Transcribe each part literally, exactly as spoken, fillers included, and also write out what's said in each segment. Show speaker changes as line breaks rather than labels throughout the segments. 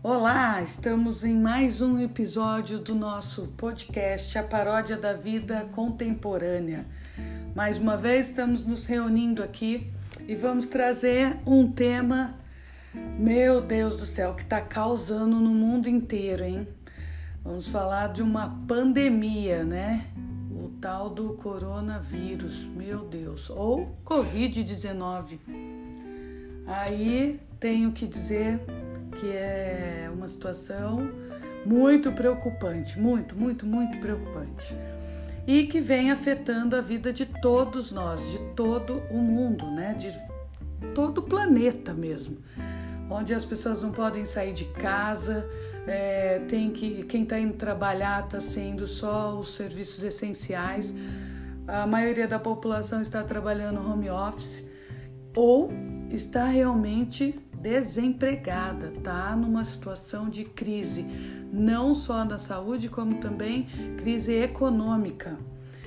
Olá, estamos em mais um episódio do nosso podcast, A Paródia da Vida Contemporânea. Mais uma vez estamos nos reunindo aqui e vamos trazer um tema, meu Deus do céu, que está causando no mundo inteiro, hein? Vamos falar de uma pandemia, né? O tal do coronavírus, meu Deus, ou covid dezenove. Aí tenho que dizer que é uma situação muito preocupante, muito, muito, muito preocupante. E que vem afetando a vida de todos nós, de todo o mundo, né? De todo o planeta mesmo. Onde as pessoas não podem sair de casa, é, tem que, quem está indo trabalhar está sendo só os serviços essenciais. A maioria da população está trabalhando home office ou está realmente desempregada, tá numa situação de crise, não só na saúde, como também crise econômica.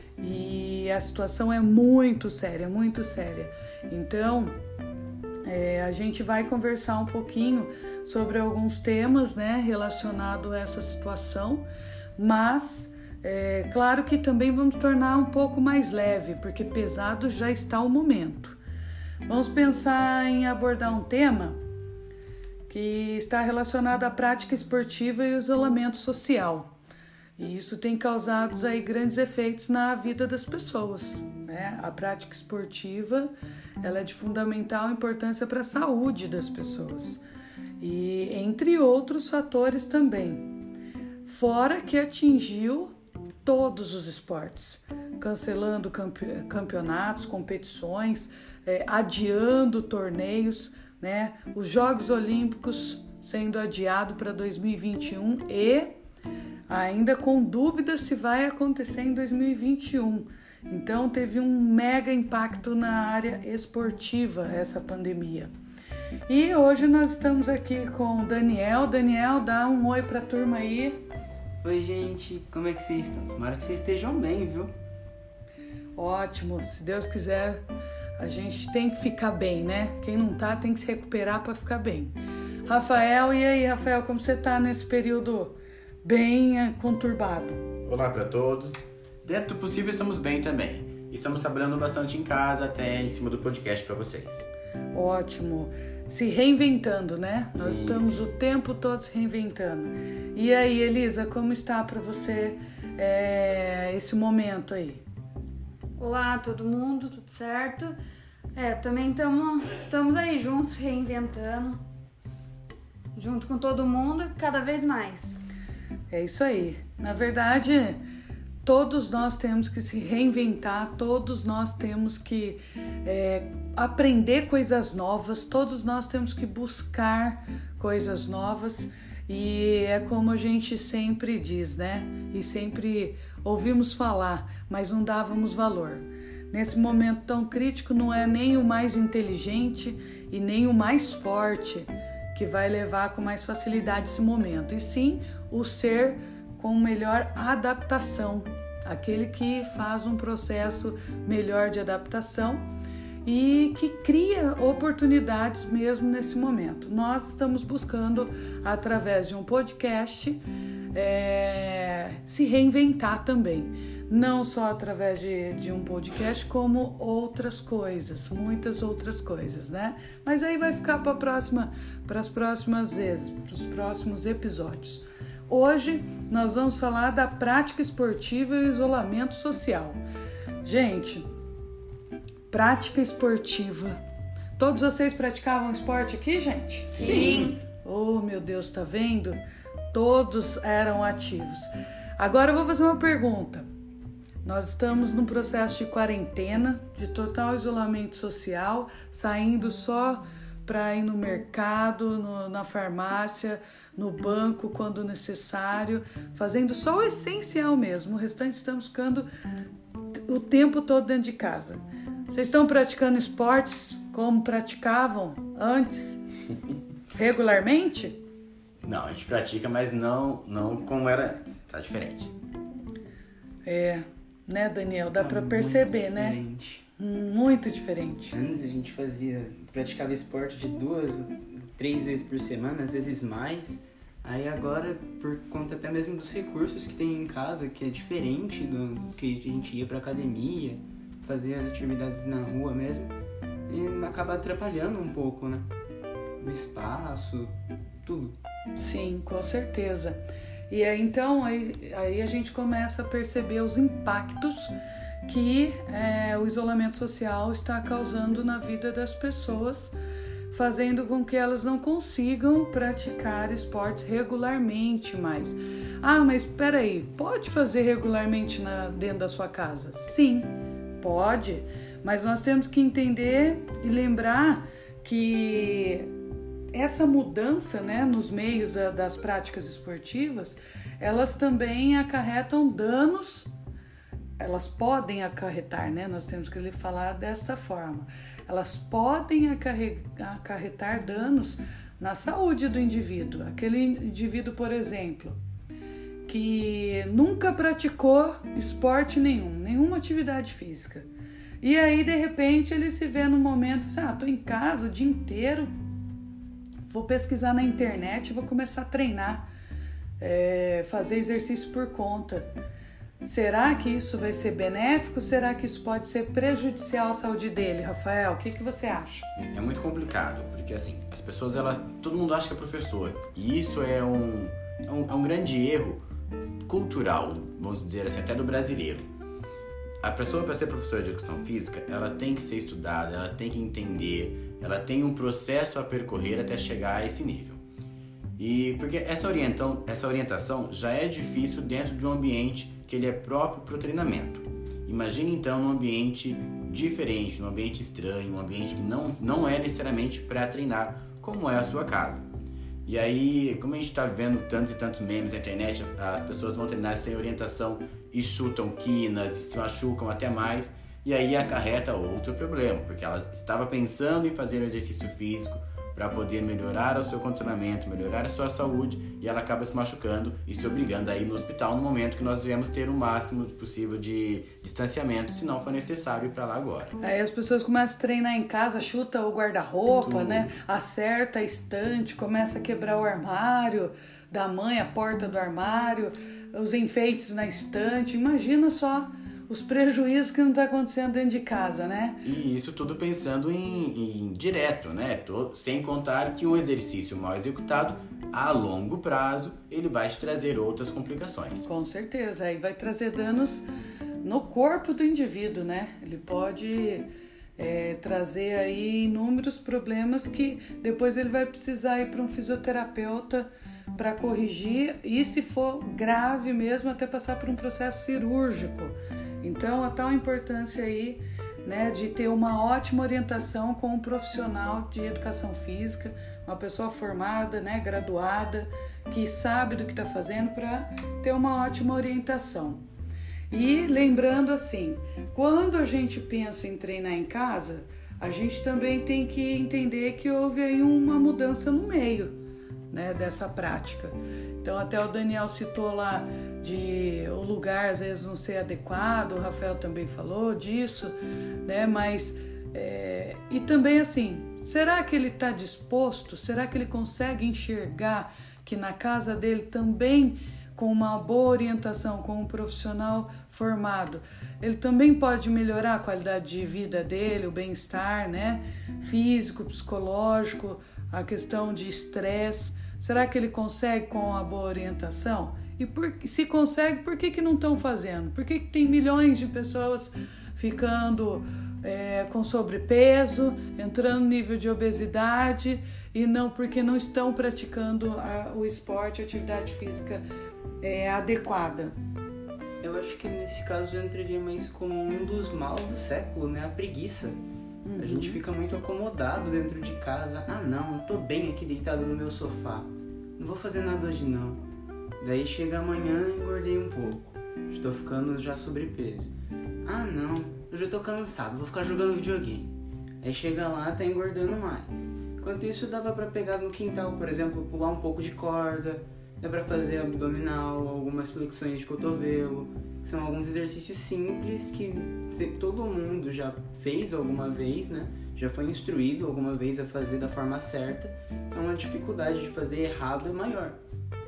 E a situação é muito séria, muito séria. Então, é, a gente vai conversar um pouquinho sobre alguns temas, né, relacionados a essa situação, mas é claro que também vamos tornar um pouco mais leve, porque pesado já está o momento. Vamos pensar em abordar um tema que está relacionado à prática esportiva e o isolamento social. E isso tem causado aí grandes efeitos na vida das pessoas, né? A prática esportiva, ela é de fundamental importância para a saúde das pessoas. E entre outros fatores também. Fora que atingiu todos os esportes, cancelando campeonatos, competições, é, adiando torneios, né? Os Jogos Olímpicos sendo adiado para dois mil e vinte e um e ainda com dúvida se vai acontecer em dois mil e vinte e um. Então teve um mega impacto na área esportiva essa pandemia. E hoje nós estamos aqui com o Daniel. Daniel, dá um oi para a turma aí.
Oi, gente, como é que vocês estão? Tomara que vocês estejam bem, viu?
Ótimo, se Deus quiser. A gente tem que ficar bem, né? Quem não tá tem que se recuperar para ficar bem. Rafael, e aí, Rafael, como você tá nesse período bem conturbado?
Olá para todos. Dentro do possível estamos bem também. Estamos trabalhando bastante em casa, até em cima do podcast para vocês.
Ótimo. Se reinventando, né? Nós sim, estamos sim. o tempo todo se reinventando. E aí, Elisa, como está para você é, esse momento aí?
Olá, todo mundo, tudo certo? É, também tamo, estamos aí juntos, reinventando, junto com todo mundo, cada vez mais.
É isso aí. Na verdade, todos nós temos que se reinventar, todos nós temos que é, aprender coisas novas, todos nós temos que buscar coisas novas. E é como a gente sempre diz, né? E sempre ouvimos falar, mas não dávamos valor. Nesse momento tão crítico, não é nem o mais inteligente e nem o mais forte que vai levar com mais facilidade esse momento, e sim o ser com melhor adaptação, aquele que faz um processo melhor de adaptação e que cria oportunidades mesmo nesse momento. Nós estamos buscando, através de um podcast, é, se reinventar também. Não só através de, de um podcast, como outras coisas, muitas outras coisas, né? Mas aí vai ficar para próxima, para as próximas vezes, para os próximos episódios. Hoje nós vamos falar da prática esportiva e o isolamento social. Gente, prática esportiva. Todos vocês praticavam esporte aqui, gente?
Sim.
Oh, meu Deus, tá vendo? Todos eram ativos. Agora eu vou fazer uma pergunta. Nós estamos num processo de quarentena, de total isolamento social, saindo só para ir no mercado, no, na farmácia, no banco quando necessário, fazendo só o essencial mesmo. O restante estamos ficando o tempo todo dentro de casa. Vocês estão praticando esportes como praticavam antes, regularmente?
Não, a gente pratica, mas não, não como era antes. Tá diferente.
É, né, Daniel? Dá tá pra perceber, né? Muito diferente.
Antes a gente fazia, praticava esporte de duas, três vezes por semana, às vezes mais. Aí agora, por conta até mesmo dos recursos que tem em casa, que é diferente do que a gente ia pra academia, fazer as atividades na rua mesmo, e acaba atrapalhando um pouco, né? O espaço, tudo.
Sim, com certeza. E aí, então, aí, aí a gente começa a perceber os impactos que é, o isolamento social está causando na vida das pessoas, fazendo com que elas não consigam praticar esportes regularmente mais. Ah, mas espera aí, pode fazer regularmente na, dentro da sua casa? Sim, pode, mas nós temos que entender e lembrar que essa mudança, né, nos meios da, das práticas esportivas, elas também acarretam danos, elas podem acarretar, né, nós temos que falar desta forma, elas podem acarretar danos na saúde do indivíduo. Aquele indivíduo, por exemplo, que nunca praticou esporte nenhum, nenhuma atividade física, e aí de repente ele se vê num momento assim, ah, tô em casa o dia inteiro, vou pesquisar na internet, vou começar a treinar, é, fazer exercício por conta. Será que isso vai ser benéfico? Será que isso pode ser prejudicial à saúde dele, Rafael? O que, que você acha?
É muito complicado, porque assim, as pessoas, elas, todo mundo acha que é professor, e isso é um, é um, é um grande erro cultural, vamos dizer assim, até do brasileiro. A pessoa, para ser professora de educação física, ela tem que ser estudada, ela tem que entender, ela tem um processo a percorrer até chegar a esse nível. E porque essa, orientão, essa orientação já é difícil dentro de um ambiente que ele é próprio para o treinamento. Imagine então num ambiente diferente, num ambiente estranho, um ambiente que não, não é necessariamente para treinar, como é a sua casa. E aí, como a gente está vendo tantos e tantos memes na internet, as pessoas vão treinar sem orientação e chutam quinas e se machucam até mais, e aí acarreta outro problema, porque ela estava pensando em fazer um exercício físico para poder melhorar o seu condicionamento, melhorar a sua saúde, e ela acaba se machucando e se obrigando a ir no hospital no momento que nós devemos ter o máximo possível de distanciamento, se não for necessário ir para lá agora.
Aí as pessoas começam a treinar em casa, chuta o guarda-roupa, né? Acerta a estante, começa a quebrar o armário da mãe, a porta do armário, os enfeites na estante. Imagina só os prejuízos que não está acontecendo dentro de casa, né?
E isso tudo pensando em, em direto, né? Tô, sem contar que um exercício mal executado, a longo prazo, ele vai te trazer outras complicações.
Com certeza, aí vai trazer danos no corpo do indivíduo, né? Ele pode é, trazer aí inúmeros problemas que depois ele vai precisar ir para um fisioterapeuta para corrigir, e se for grave mesmo, até passar por um processo cirúrgico. Então, a tal importância aí, né, de ter uma ótima orientação com um profissional de educação física, uma pessoa formada, né, graduada, que sabe do que está fazendo, para ter uma ótima orientação. E lembrando assim, quando a gente pensa em treinar em casa, a gente também tem que entender que houve aí uma mudança no meio, né, dessa prática. Então até o Daniel citou lá de o lugar às vezes não ser adequado, o Rafael também falou disso, né? Mas é, e também assim, será que ele está disposto? Será que ele consegue enxergar que na casa dele também, com uma boa orientação, com um profissional formado, ele também pode melhorar a qualidade de vida dele, o bem-estar, né? Físico, psicológico, a questão de estresse? Será que ele consegue com a boa orientação? E por, se consegue, por que, que não estão fazendo? Por que, que tem milhões de pessoas ficando é, com sobrepeso, entrando no nível de obesidade, e não porque não estão praticando a, o esporte, a atividade física é, adequada?
Eu acho que nesse caso eu entraria mais como um dos males do século, né? A preguiça. Uhum. A gente fica muito acomodado dentro de casa. Ah não, eu tô bem aqui deitado no meu sofá, não vou fazer nada hoje não. Daí chega amanhã e engordei um pouco, estou ficando já sobrepeso. Ah não, eu já tô cansado, vou ficar jogando videogame. Aí chega lá, tá engordando mais. Enquanto isso dava pra pegar no quintal, por exemplo, pular um pouco de corda, dá pra fazer abdominal, algumas flexões de cotovelo. São alguns exercícios simples que todo mundo já fez alguma vez, né? Já foi instruído alguma vez a fazer da forma certa. Então a dificuldade de fazer errado é maior.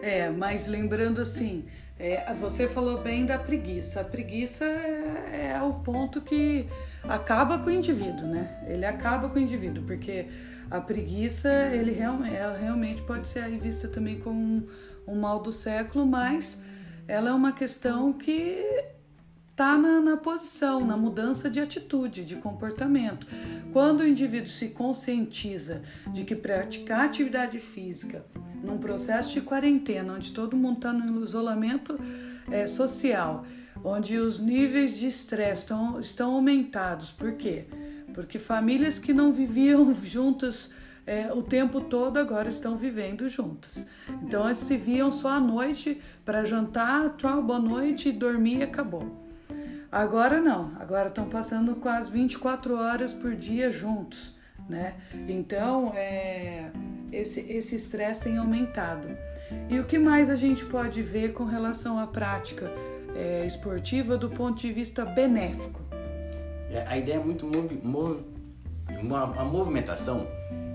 É, mas lembrando assim, é, você falou bem da preguiça. A preguiça é, é o ponto que acaba com o indivíduo, né? Ele acaba com o indivíduo, porque a preguiça, ele realmente, ela realmente pode ser aí vista também como um, um mal do século, mas ela é uma questão que está na, na posição, na mudança de atitude, de comportamento. Quando o indivíduo se conscientiza de que praticar atividade física num processo de quarentena, onde todo mundo está no isolamento é, social, onde os níveis de estresse estão, estão aumentados. Por quê? Porque famílias que não viviam juntas é, o tempo todo agora estão vivendo juntas. Então eles se viam só à noite para jantar, tchau, boa noite, dormir e acabou. Agora não, agora estão passando quase vinte e quatro horas por dia juntos, né? Então, é, esse esse estresse tem aumentado. E o que mais a gente pode ver com relação à prática é, esportiva do ponto de vista benéfico?
A ideia é muito movi- mov- uma, a movimentação,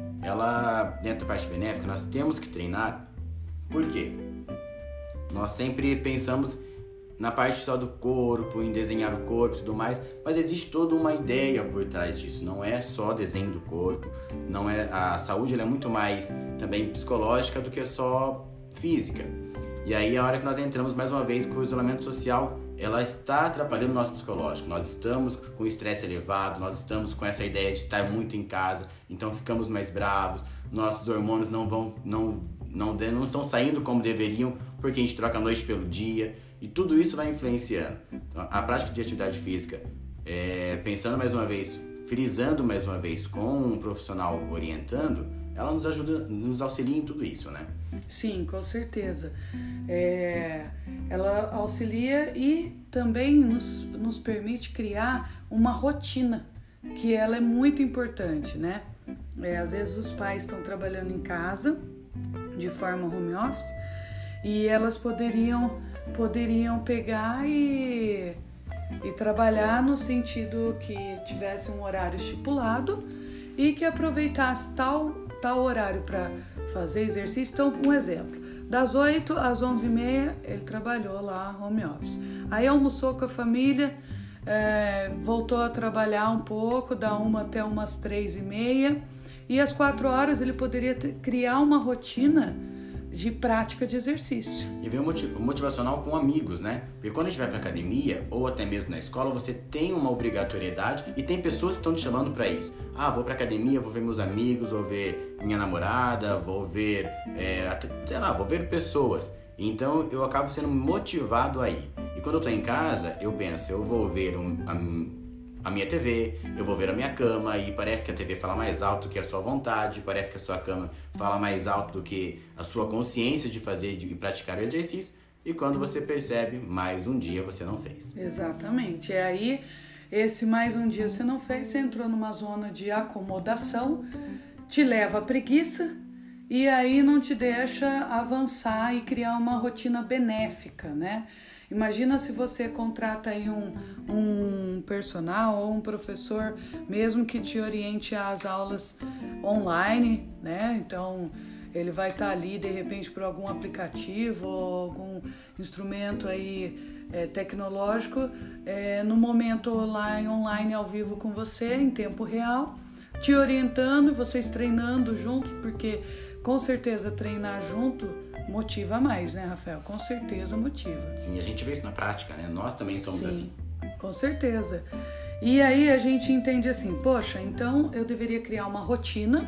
ela, dentro da parte benéfica, nós temos que treinar. Por quê? Nós sempre pensamos na parte só do corpo, em desenhar o corpo e tudo mais, mas existe toda uma ideia por trás disso. Não é só desenho do corpo, não é, a saúde ela é muito mais também psicológica do que só física. E aí a hora que nós entramos mais uma vez com o isolamento social, ela está atrapalhando o nosso psicológico. Nós estamos com estresse elevado, nós estamos com essa ideia de estar muito em casa, então ficamos mais bravos, nossos hormônios não vão, não, não, não estão saindo como deveriam, porque a gente troca a noite pelo dia. E tudo isso vai influenciando. Então, a prática de atividade física, é, pensando mais uma vez, frisando mais uma vez com um profissional orientando, ela nos ajuda, nos auxilia em tudo isso, né?
Sim, com certeza. É, ela auxilia e também nos, nos permite criar uma rotina, que ela é muito importante, né? É, às vezes os pais estão trabalhando em casa, de forma home office, e elas poderiam... poderiam pegar e, e trabalhar no sentido que tivesse um horário estipulado e que aproveitasse tal, tal horário para fazer exercício. Então, um exemplo, das oito às onze e meia ele trabalhou lá home office. Aí almoçou com a família, é, voltou a trabalhar um pouco, da uma até umas três e meia, e às quatro horas ele poderia ter, criar uma rotina de prática de exercício.
E vem o motivacional com amigos, né? Porque quando a gente vai pra academia, ou até mesmo na escola, você tem uma obrigatoriedade e tem pessoas que estão te chamando pra isso. Ah, vou pra academia, vou ver meus amigos, vou ver minha namorada, vou ver, é, até, sei lá, vou ver pessoas. Então eu acabo sendo motivado aí. E quando eu tô em casa, eu penso, eu vou ver um, um, a minha T V, eu vou ver a minha cama, e parece que a T V fala mais alto que a sua vontade, parece que a sua cama fala mais alto do que a sua consciência de fazer e praticar o exercício, e quando você percebe, mais um dia você não fez.
Exatamente. E aí, esse mais um dia você não fez, você entrou numa zona de acomodação, te leva à preguiça, e aí não te deixa avançar e criar uma rotina benéfica, né? Imagina se você contrata aí um, um personal ou um professor, mesmo que te oriente às aulas online, né? Então, ele vai estar ali, de repente, por algum aplicativo ou algum instrumento aí é, tecnológico, é, no momento lá em online, ao vivo com você, em tempo real, te orientando, vocês treinando juntos, porque com certeza treinar junto motiva mais, né, Rafael? Com certeza motiva.
Sim, a gente vê isso na prática, né? Nós também somos
Sim,
assim.
Com certeza. E aí a gente entende assim, poxa, então eu deveria criar uma rotina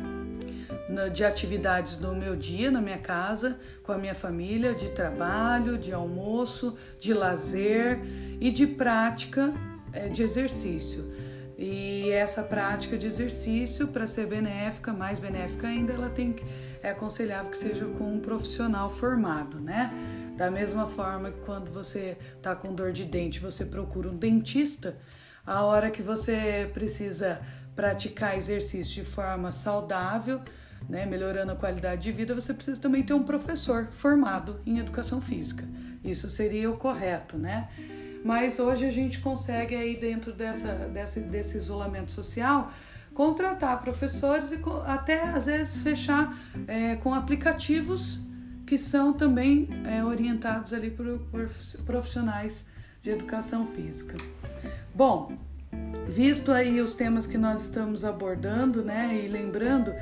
de atividades no meu dia, na minha casa, com a minha família, de trabalho, de almoço, de lazer e de prática é, de exercício. E essa prática de exercício, para ser benéfica, mais benéfica ainda, ela tem que, é aconselhável que seja com um profissional formado, né? Da mesma forma que quando você está com dor de dente, você procura um dentista, a hora que você precisa praticar exercício de forma saudável, né, melhorando a qualidade de vida, você precisa também ter um professor formado em educação física. Isso seria o correto, né? Mas hoje a gente consegue aí dentro dessa, dessa, desse isolamento social contratar professores e até às vezes fechar é, com aplicativos que são também é, orientados ali por, por profissionais de educação física. Bom, visto aí os temas que nós estamos abordando, né, e lembrando,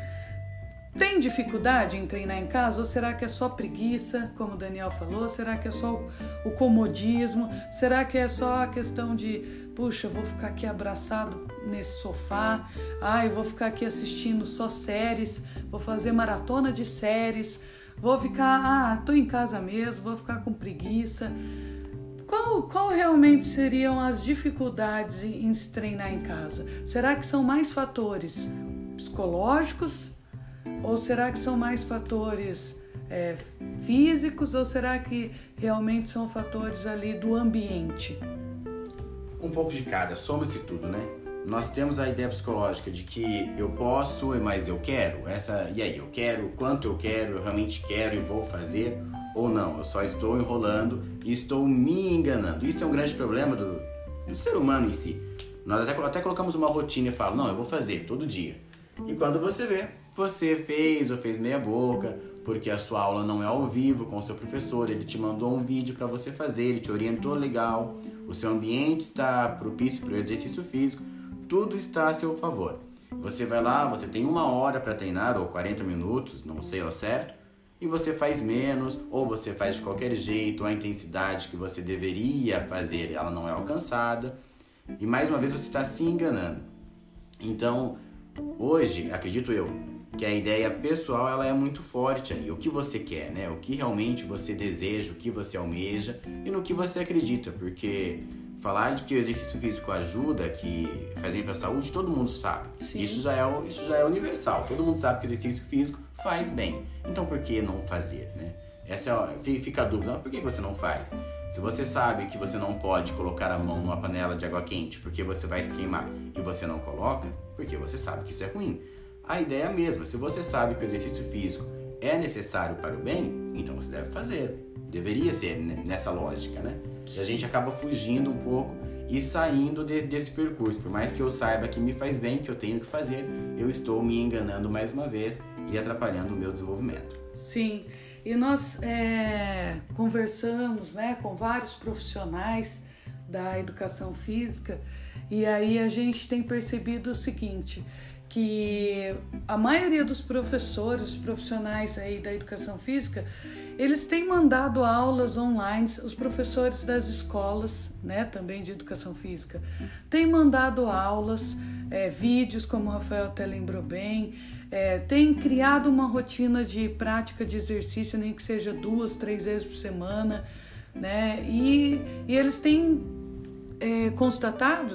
tem dificuldade em treinar em casa? Ou será que é só preguiça, como o Daniel falou? Será que é só o comodismo? Será que é só a questão de, puxa, eu vou ficar aqui abraçado nesse sofá, ah, eu vou ficar aqui assistindo só séries, vou fazer maratona de séries, vou ficar, ah, tô em casa mesmo, vou ficar com preguiça. Qual, qual realmente seriam as dificuldades em se treinar em casa? Será que são mais fatores psicológicos? Ou será que são mais fatores é, físicos? Ou será que realmente são fatores ali do ambiente?
Um pouco de cada, soma-se tudo, né? Nós temos a ideia psicológica de que eu posso, mas eu quero. Essa, e aí, eu quero, quanto eu quero, eu realmente quero e vou fazer, ou não, eu só estou enrolando e estou me enganando. Isso é um grande problema do, do ser humano em si. Nós até, até colocamos uma rotina e falamos, não, eu vou fazer todo dia. E quando você vê, você fez ou fez meia boca, porque a sua aula não é ao vivo com o seu professor, ele te mandou um vídeo para você fazer, ele te orientou legal, o seu ambiente está propício para o exercício físico, tudo está a seu favor. Você vai lá, você tem uma hora para treinar, ou quarenta minutos, não sei ao certo, e você faz menos, ou você faz de qualquer jeito, a intensidade que você deveria fazer, ela não é alcançada, e mais uma vez você está se enganando. Então, hoje, acredito eu, que a ideia pessoal ela é muito forte aí, o que você quer, né? O que realmente você deseja, o que você almeja e no que você acredita, porque falar de que o exercício físico ajuda, que faz bem para a saúde, todo mundo sabe.
Sim.
Isso já é, isso já é universal, todo mundo sabe que o exercício físico faz bem. Então por que não fazer, né? Essa é, fica a dúvida, por que você não faz? Se você sabe que você não pode colocar a mão numa panela de água quente porque você vai se queimar e você não coloca, porque você sabe que isso é ruim. A ideia é a mesma, se você sabe que o exercício físico é necessário para o bem, então você deve fazer. Deveria ser nessa lógica, né? E a gente acaba fugindo um pouco e saindo de, desse percurso. Por mais que eu saiba que me faz bem, que eu tenho que fazer, eu estou me enganando mais uma vez e atrapalhando o meu desenvolvimento.
Sim, e nós é, conversamos, né, com vários profissionais da educação física e aí a gente tem percebido o seguinte, que a maioria dos professores, profissionais aí da educação física, eles têm mandado aulas online, os professores das escolas, né, também de educação física, têm mandado aulas, é, vídeos, como o Rafael até lembrou bem, é, têm criado uma rotina de prática de exercício, nem que seja duas, três vezes por semana, né, e, e eles têm é, constatado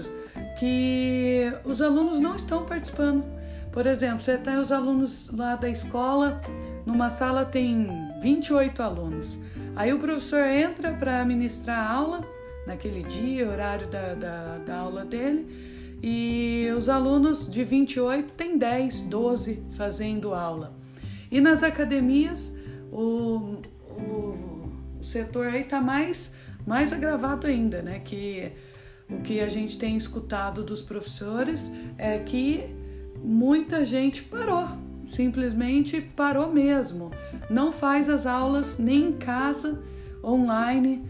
que os alunos não estão participando. Por exemplo, você tem os alunos lá da escola, numa sala tem vinte e oito alunos. Aí o professor entra para ministrar a aula, naquele dia, horário da, da, da aula dele, e os alunos de vinte e oito tem dez, doze fazendo aula. E nas academias, o, o, o setor aí está mais, mais agravado ainda, né? Que o que a gente tem escutado dos professores é que muita gente parou, simplesmente parou mesmo. Não faz as aulas nem em casa, online.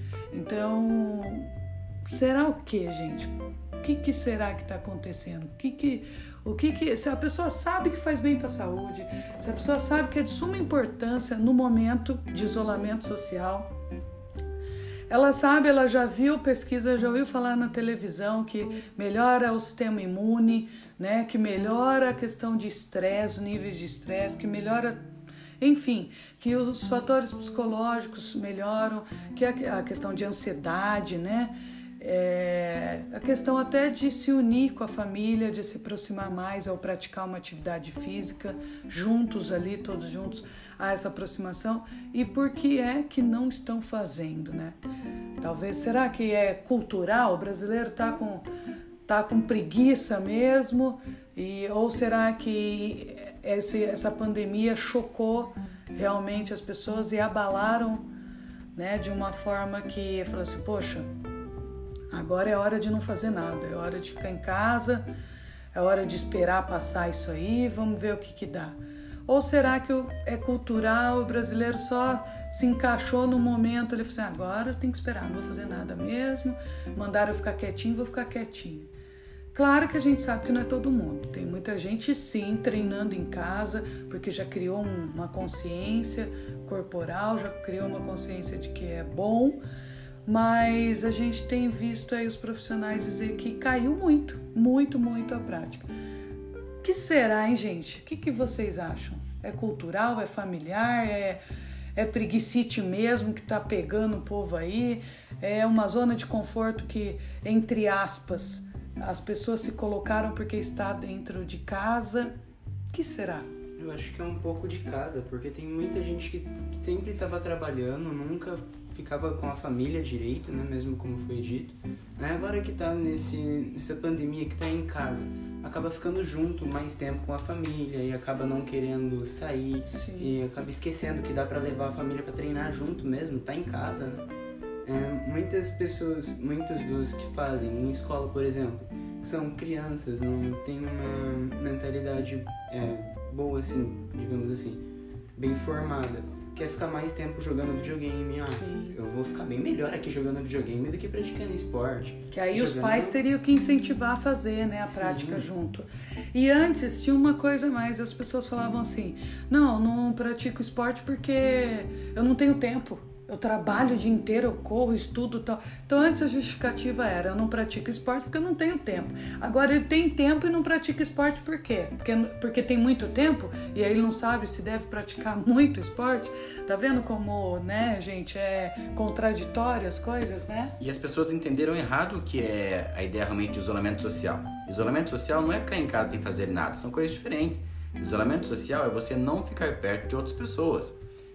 Então, será o que, gente? O que, que será que está acontecendo? O que que, o que que, se a pessoa sabe que faz bem para a saúde, se a pessoa sabe que é de suma importância no momento de isolamento social, ela sabe, ela já viu pesquisa, já ouviu falar na televisão que melhora o sistema imune, né, que melhora a questão de estresse, níveis de estresse, que melhora, enfim, que os fatores psicológicos melhoram, que a questão de ansiedade, né, é, a questão até de se unir com a família, de se aproximar mais ao praticar uma atividade física, juntos ali, todos juntos, a essa aproximação. E por que é que não estão fazendo, né? Talvez, será que é cultural? O brasileiro tá com, tá com preguiça mesmo? E, ou será que esse, essa pandemia chocou realmente as pessoas e abalaram, né, de uma forma que fala assim, poxa, agora é hora de não fazer nada, é hora de ficar em casa, é hora de esperar passar isso aí, vamos ver o que que dá. Ou será que é cultural, o brasileiro só se encaixou no momento, ele falou assim, agora eu tenho que esperar, não vou fazer nada mesmo, mandaram eu ficar quietinho, vou ficar quietinho. Claro que a gente sabe que não é todo mundo, tem muita gente sim treinando em casa, porque já criou um, uma consciência corporal, já criou uma consciência de que é bom, mas a gente tem visto aí os profissionais dizer que caiu muito, muito, muito a prática. O que será, hein, gente? O que, que vocês acham? É cultural, é familiar, é, é preguicite mesmo que tá pegando o povo aí? É uma zona de conforto que, entre aspas, as pessoas se colocaram porque está dentro de casa? O que será?
Eu acho que é um pouco de cada, porque tem muita gente que sempre estava trabalhando, nunca ficava com a família direito, né, mesmo como foi dito. Né? Agora que tá nesse, nessa pandemia, que tá em casa, acaba ficando junto mais tempo com a família e acaba não querendo sair. Sim. E acaba esquecendo que dá para levar a família para treinar junto mesmo, tá em casa, né? É, muitas pessoas, muitos dos que fazem em escola, por exemplo, são crianças, não tem uma mentalidade é, boa, assim, digamos assim, bem formada. Quer ficar mais tempo jogando videogame. Ah, Sim. eu vou ficar bem melhor aqui jogando videogame do que praticando esporte.
Que aí jogando... os pais teriam que incentivar a fazer, né, a Sim. prática junto. E antes tinha uma coisa a mais, as pessoas falavam assim, não, não pratico esporte porque eu não tenho tempo. Eu trabalho o dia inteiro, eu corro, estudo e tal. Então antes a justificativa era, eu não pratico esporte porque eu não tenho tempo. Agora ele tem tempo e não pratica esporte por quê? Porque, porque tem muito tempo e aí ele não sabe se deve praticar muito esporte. Tá vendo como, né, gente, é contraditório as coisas, né?
E as pessoas entenderam errado o que é a ideia realmente de isolamento social. Isolamento social não é ficar em casa sem fazer nada, são coisas diferentes. Isolamento social é você não ficar perto de outras pessoas.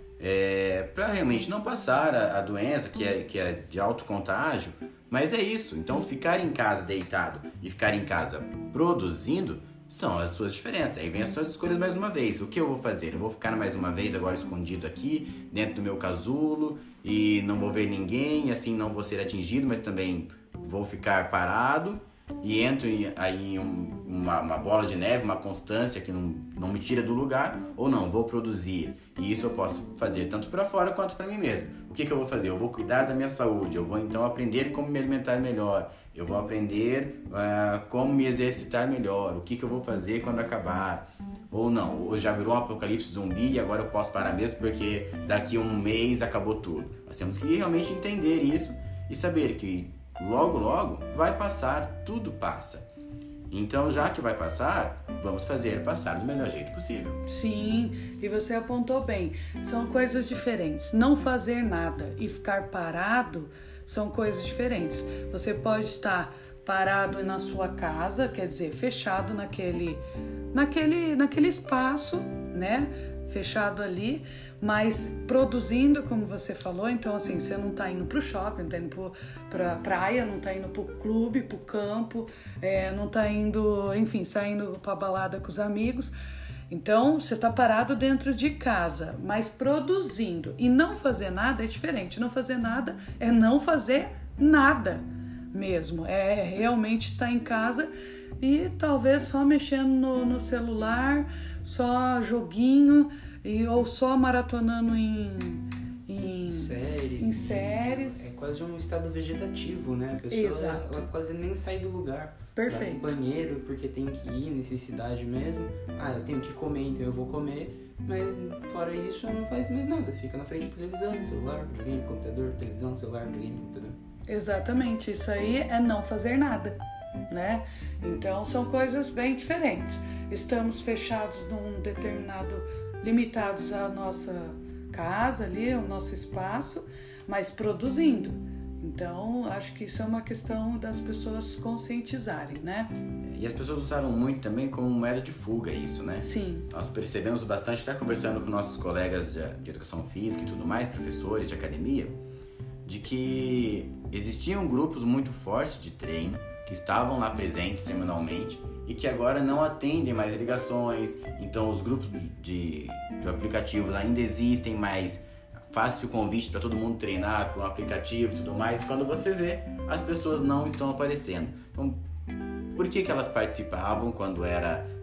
É, para realmente não passar a, a doença que é, que é de alto contágio, mas é isso. Então ficar em casa deitado e ficar em casa produzindo são as suas diferenças. Aí vem as suas escolhas mais uma vez. O que eu vou fazer? Eu vou ficar mais uma vez agora escondido aqui dentro do meu casulo e não vou ver ninguém, assim não vou ser atingido, mas também vou ficar parado e entro em, aí em um, uma, uma bola de neve, uma constância que não, não me tira do lugar, ou não, vou produzir. E isso eu posso fazer tanto para fora quanto para mim mesmo. O que, que eu vou fazer? Eu vou cuidar da minha saúde, eu vou então aprender como me alimentar melhor, eu vou aprender uh, como me exercitar melhor, o que, que eu vou fazer quando acabar. Ou não, ou já virou um apocalipse zumbi e agora eu posso parar mesmo porque daqui a um mês acabou tudo. Nós temos que realmente entender isso e saber que logo, logo vai passar, tudo passa. Então, já que vai passar, vamos fazer passar do melhor jeito possível.
Sim, e você apontou bem. São coisas diferentes. Não fazer nada e ficar parado são coisas diferentes. Você pode estar parado na sua casa, quer dizer, fechado naquele, naquele, naquele espaço, né? Fechado ali, mas produzindo, como você falou. Então assim, você não tá indo pro shopping, não tá indo pro, pra praia, não tá indo pro clube, pro campo, é, não tá indo, enfim, saindo pra balada com os amigos. Então você tá parado dentro de casa, mas produzindo. E não fazer nada é diferente. Não fazer nada é não fazer nada mesmo, é realmente estar em casa e talvez só mexendo no, no celular, só joguinho, e, ou só maratonando em, em,
Série.
em séries.
É quase um estado vegetativo, né? A pessoa ela, ela quase nem sai do lugar.
Perfeito.
Vai pro banheiro porque tem que ir, necessidade mesmo. Ah, eu tenho que comer, então eu vou comer. Mas fora isso, não faz mais nada. Fica na frente da televisão, celular, videogame, computador, televisão, celular, videogame, computador.
Exatamente, isso aí é não fazer nada, né? Então são coisas bem diferentes. Estamos fechados num determinado, limitados à nossa casa ali, ao nosso espaço, mas produzindo. Então acho que isso é uma questão das pessoas conscientizarem, né?
E as pessoas usaram muito também como moeda de fuga isso, né?
Sim.
Nós percebemos bastante, até conversando com nossos colegas de, de educação física e tudo mais, professores de academia, de que existiam grupos muito fortes de treino que estavam lá presentes semanalmente e que agora não atendem mais ligações. Então os grupos de, de aplicativos ainda existem, mas fácil o convite para todo mundo treinar com o aplicativo e tudo mais. Quando você vê, as pessoas não estão aparecendo. Então, por que que elas participavam quando era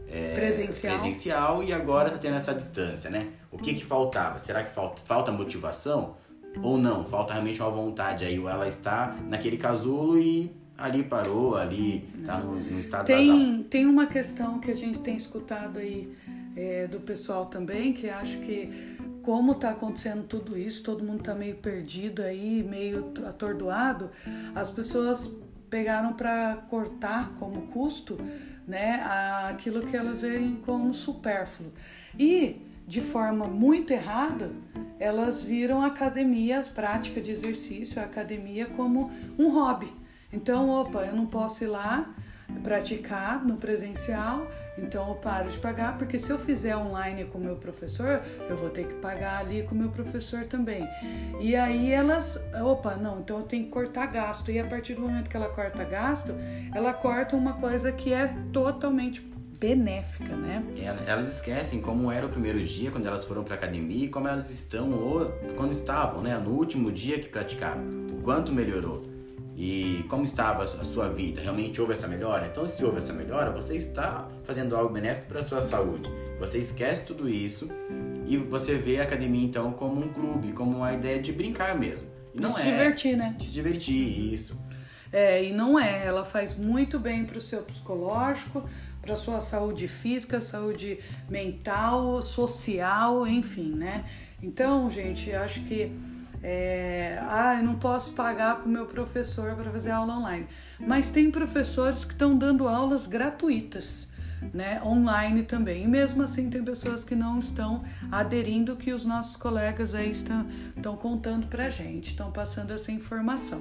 é,
presencial.
presencial e agora tá tendo essa distância, né? O que que faltava? Será que falta, falta motivação? Ou não? Falta realmente uma vontade aí, ou ela está naquele casulo e ali parou, ali tá no, no estado
tem,
basal.
Tem uma questão que a gente tem escutado aí é, do pessoal também, que acho que como está acontecendo tudo isso, todo mundo está meio perdido aí, meio atordoado, as pessoas pegaram para cortar como custo, né, aquilo que elas veem como supérfluo. E, de forma muito errada, elas viram a academia, a prática de exercício, a academia como um hobby. Então, opa, eu não posso ir lá praticar no presencial, então eu paro de pagar, porque se eu fizer online com o meu professor, eu vou ter que pagar ali com o meu professor também. E aí elas, opa, não, então eu tenho que cortar gasto. E a partir do momento que ela corta gasto, ela corta uma coisa que é totalmente benéfica, né?
Elas esquecem como era o primeiro dia quando elas foram para academia e como elas estão ou quando estavam, né, no último dia que praticaram, o quanto melhorou. E como estava a sua vida? Realmente houve essa melhora? Então, se houve essa melhora, você está fazendo algo benéfico para a sua saúde. Você esquece tudo isso e você vê a academia, então, como um clube, como uma ideia de brincar mesmo. E não
de
é,
se divertir, né?
De se divertir, isso.
É, e não é. Ela faz muito bem para o seu psicológico, para a sua saúde física, saúde mental, social, enfim, né? Então, gente, acho que É, ah, eu não posso pagar para o meu professor para fazer aula online. Mas tem professores que estão dando aulas gratuitas, né, online também. E mesmo assim tem pessoas que não estão aderindo, que os nossos colegas aí estão, estão contando para a gente, estão passando essa informação.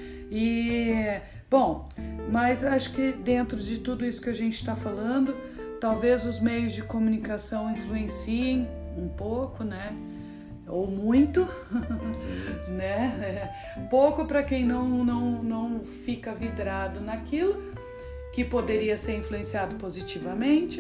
E, bom, mas acho que dentro de tudo isso que a gente está falando, talvez os meios de comunicação influenciem um pouco, né? Ou muito, né? Pouco para quem não, não, não fica vidrado naquilo, que poderia ser influenciado positivamente,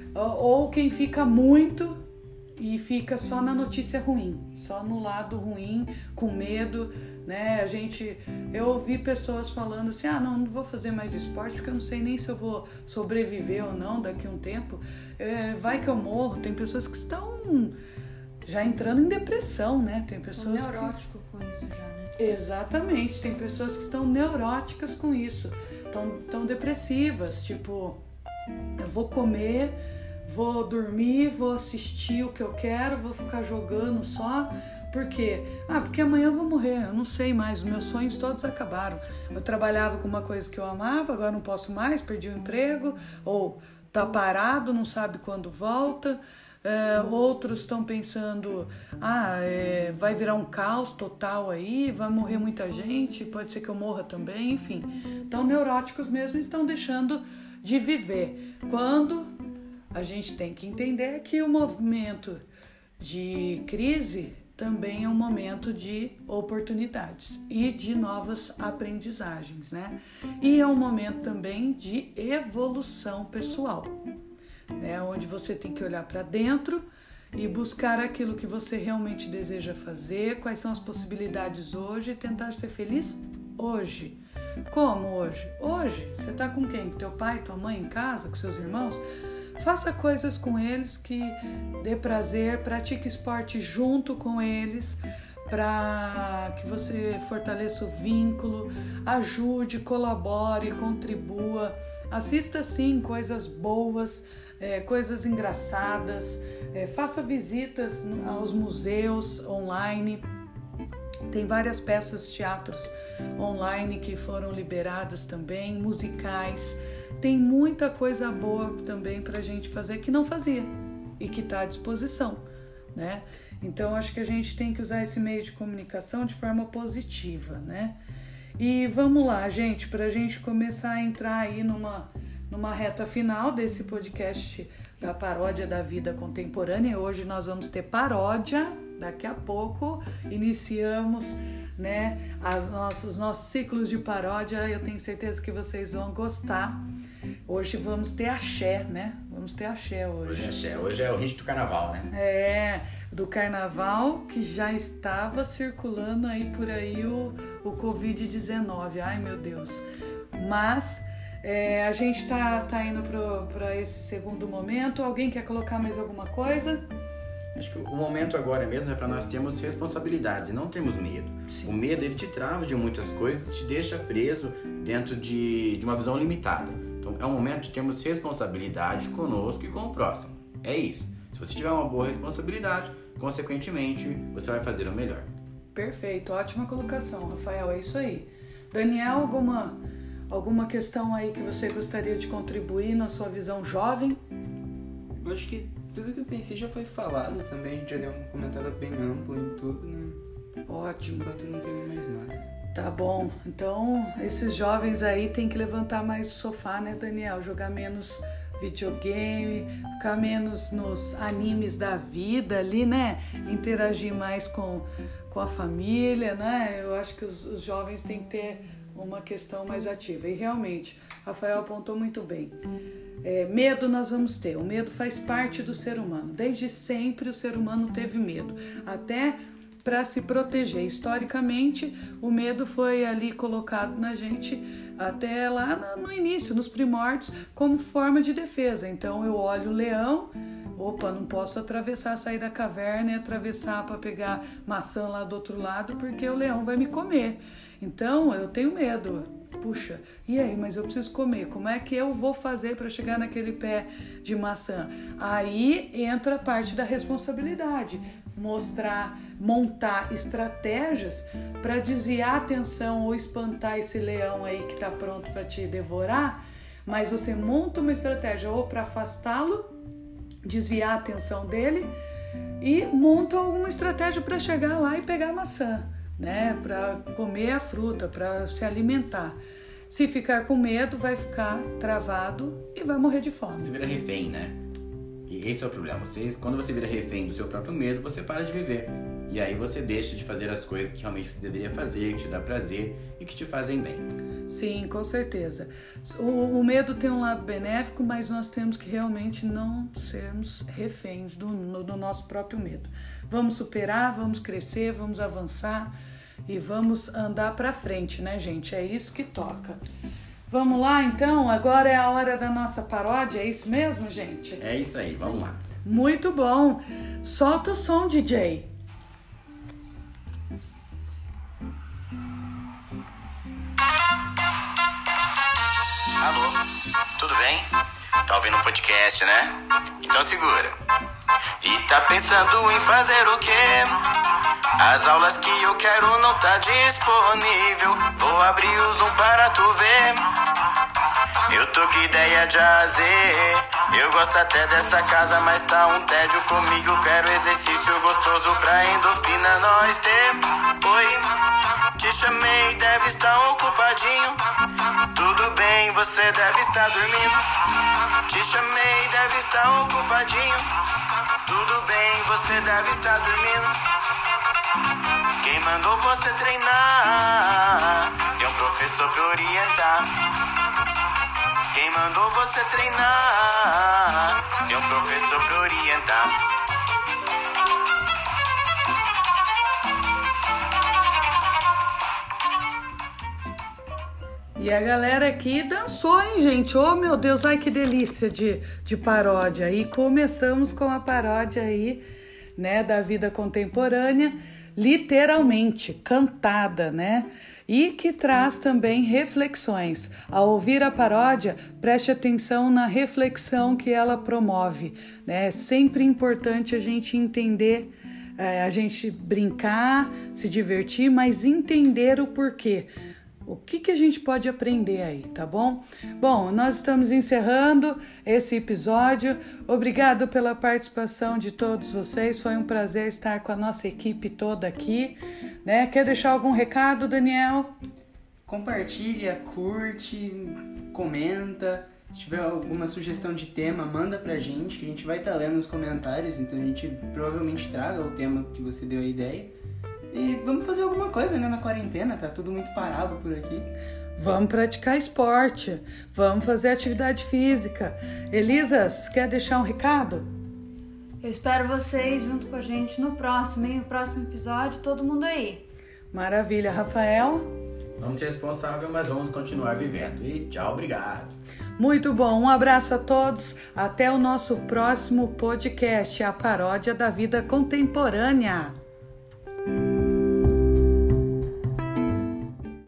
ou quem fica muito e fica só na notícia ruim, só no lado ruim, com medo, né? A gente, eu ouvi pessoas falando assim, ah, não, não vou fazer mais esporte porque eu não sei nem se eu vou sobreviver ou não daqui a um tempo, é, vai que eu morro. Tem pessoas que estão já entrando em depressão, né? Tem pessoas
Tô neurótico que... com isso já, né?
Exatamente, tem pessoas que estão neuróticas com isso, estão tão depressivas, tipo, eu vou comer, vou dormir, vou assistir o que eu quero, vou ficar jogando só, por quê? Ah, porque amanhã eu vou morrer, eu não sei mais, os meus sonhos todos acabaram. Eu trabalhava com uma coisa que eu amava, agora não posso mais, perdi o emprego, ou tá parado, não sabe quando volta. Uh, outros estão pensando, ah, é, vai virar um caos total aí, vai morrer muita gente, pode ser que eu morra também, enfim. Então, neuróticos mesmo estão deixando de viver. Quando a gente tem que entender que o momento de crise também é um momento de oportunidades e de novas aprendizagens, né? E é um momento também de evolução pessoal, né, onde você tem que olhar para dentro e buscar aquilo que você realmente deseja fazer, quais são as possibilidades hoje e tentar ser feliz hoje. Como hoje? Hoje, você está com quem? Teu pai, tua mãe em casa, com seus irmãos? Faça coisas com eles que dê prazer, pratique esporte junto com eles, para que você fortaleça o vínculo, ajude, colabore, contribua, assista sim coisas boas, É, coisas engraçadas, é, faça visitas aos museus online, tem várias peças, teatros online que foram liberadas também, musicais, tem muita coisa boa também pra gente fazer que não fazia e que está à disposição, né? Então acho que a gente tem que usar esse meio de comunicação de forma positiva, né? E vamos lá, gente, pra gente começar a entrar aí numa numa reta final desse podcast da Paródia da Vida Contemporânea. Hoje nós vamos ter paródia, daqui a pouco iniciamos, né, as nossas, os nossos ciclos de paródia, eu tenho certeza que vocês vão gostar. Hoje vamos ter axé, né? Vamos ter axé hoje.
Hoje é axé, hoje é o ritmo do carnaval, né?
É, do carnaval que já estava circulando aí por aí o, o covid dezenove, ai meu Deus. Mas... É, a gente tá, tá indo para esse segundo momento. Alguém quer colocar mais alguma coisa?
Acho que o momento agora mesmo é para nós termos responsabilidades e não termos medo. Sim. O medo, ele te trava de muitas coisas, te deixa preso dentro de, de uma visão limitada. Então é um momento de termos responsabilidade conosco e com o próximo. É isso. Se você tiver uma boa responsabilidade, consequentemente, você vai fazer o melhor.
Perfeito, ótima colocação, Rafael, é isso aí. Daniel, alguma, alguma questão aí que você gostaria de contribuir na sua visão jovem?
Eu acho que tudo que eu pensei já foi falado também, a gente já deu uma comentada bem ampla em tudo, né?
Ótimo.
Enquanto não tem mais nada.
Tá bom, então esses jovens aí tem que levantar mais o sofá, né, Daniel? Jogar menos videogame, ficar menos nos animes da vida ali, né? Interagir mais com, com a família, né? Eu acho que os, os jovens têm que ter uma questão mais ativa. E realmente, Rafael apontou muito bem. É, medo nós vamos ter. O medo faz parte do ser humano. Desde sempre o ser humano teve medo. Até para se proteger. Historicamente, o medo foi ali colocado na gente até lá no início, nos primórdios, como forma de defesa. Então eu olho o leão, opa, não posso atravessar, sair da caverna e atravessar para pegar maçã lá do outro lado, porque o leão vai me comer. Então eu tenho medo. Puxa, e aí, mas eu preciso comer, como é que eu vou fazer para chegar naquele pé de maçã? Aí entra a parte da responsabilidade, mostrar, montar estratégias para desviar a atenção ou espantar esse leão aí que está pronto para te devorar, mas você monta uma estratégia ou para afastá-lo, desviar a atenção dele, e monta alguma estratégia para chegar lá e pegar a maçã, né, para comer a fruta, para se alimentar. Se ficar com medo, vai ficar travado e vai morrer de fome.
Você vira refém, né? E esse é o problema. Você, quando você vira refém do seu próprio medo, você para de viver. E aí você deixa de fazer as coisas que realmente você deveria fazer, que te dá prazer e que te fazem bem.
Sim, com certeza. O, o medo tem um lado benéfico, mas nós temos que realmente não sermos reféns do, no, do nosso próprio medo. Vamos superar, vamos crescer, vamos avançar e vamos andar pra frente, né, gente? É isso que toca. Vamos lá, então? Agora é a hora da nossa paródia, é isso mesmo, gente?
É isso aí, vamos lá.
Muito bom. Solta o som, D J.
Alô, tudo bem? Tá ouvindo o podcast, né? Então segura. E tá pensando em fazer o quê? As aulas que eu quero não tá disponível. Vou abrir o Zoom para tu ver. Eu tô com ideia de fazer. Eu gosto até dessa casa, mas tá um tédio comigo. Quero exercício gostoso pra endorfina nós ter. Oi, te chamei, deve estar ocupadinho. Tudo bem, você deve estar dormindo. Te chamei, deve estar ocupadinho. Tudo bem, você deve estar dormindo. Quem mandou você treinar? Seu professor pra orientar. Quem mandou você treinar? Seu professor pra orientar.
E a galera aqui dançou, hein, gente? Oh, meu Deus, ai que delícia de, de paródia. E começamos com a paródia aí, né, da vida contemporânea, literalmente, cantada, né? E que traz também reflexões. Ao ouvir a paródia, preste atenção na reflexão que ela promove, né? É sempre importante a gente entender, é, a gente brincar, se divertir, mas entender o porquê. O que, que a gente pode aprender aí, tá bom? Bom, nós estamos encerrando esse episódio. Obrigado pela participação de todos vocês. Foi um prazer estar com a nossa equipe toda aqui, né? Quer deixar algum recado, Daniel?
Compartilha, curte, comenta. Se tiver alguma sugestão de tema, manda pra gente, que a gente vai estar lendo nos comentários. Então a gente provavelmente traga o tema que você deu a ideia. E vamos fazer alguma coisa, né, na quarentena, tá tudo muito parado por aqui.
Vamos praticar esporte, vamos fazer atividade física. Elisa, quer deixar um recado?
Eu espero vocês junto com a gente no próximo, hein? O próximo episódio, todo mundo aí.
Maravilha, Rafael?
Vamos ser responsáveis, mas vamos continuar vivendo. E tchau, obrigado.
Muito bom, um abraço a todos. Até o nosso próximo podcast, a Paródia da Vida Contemporânea.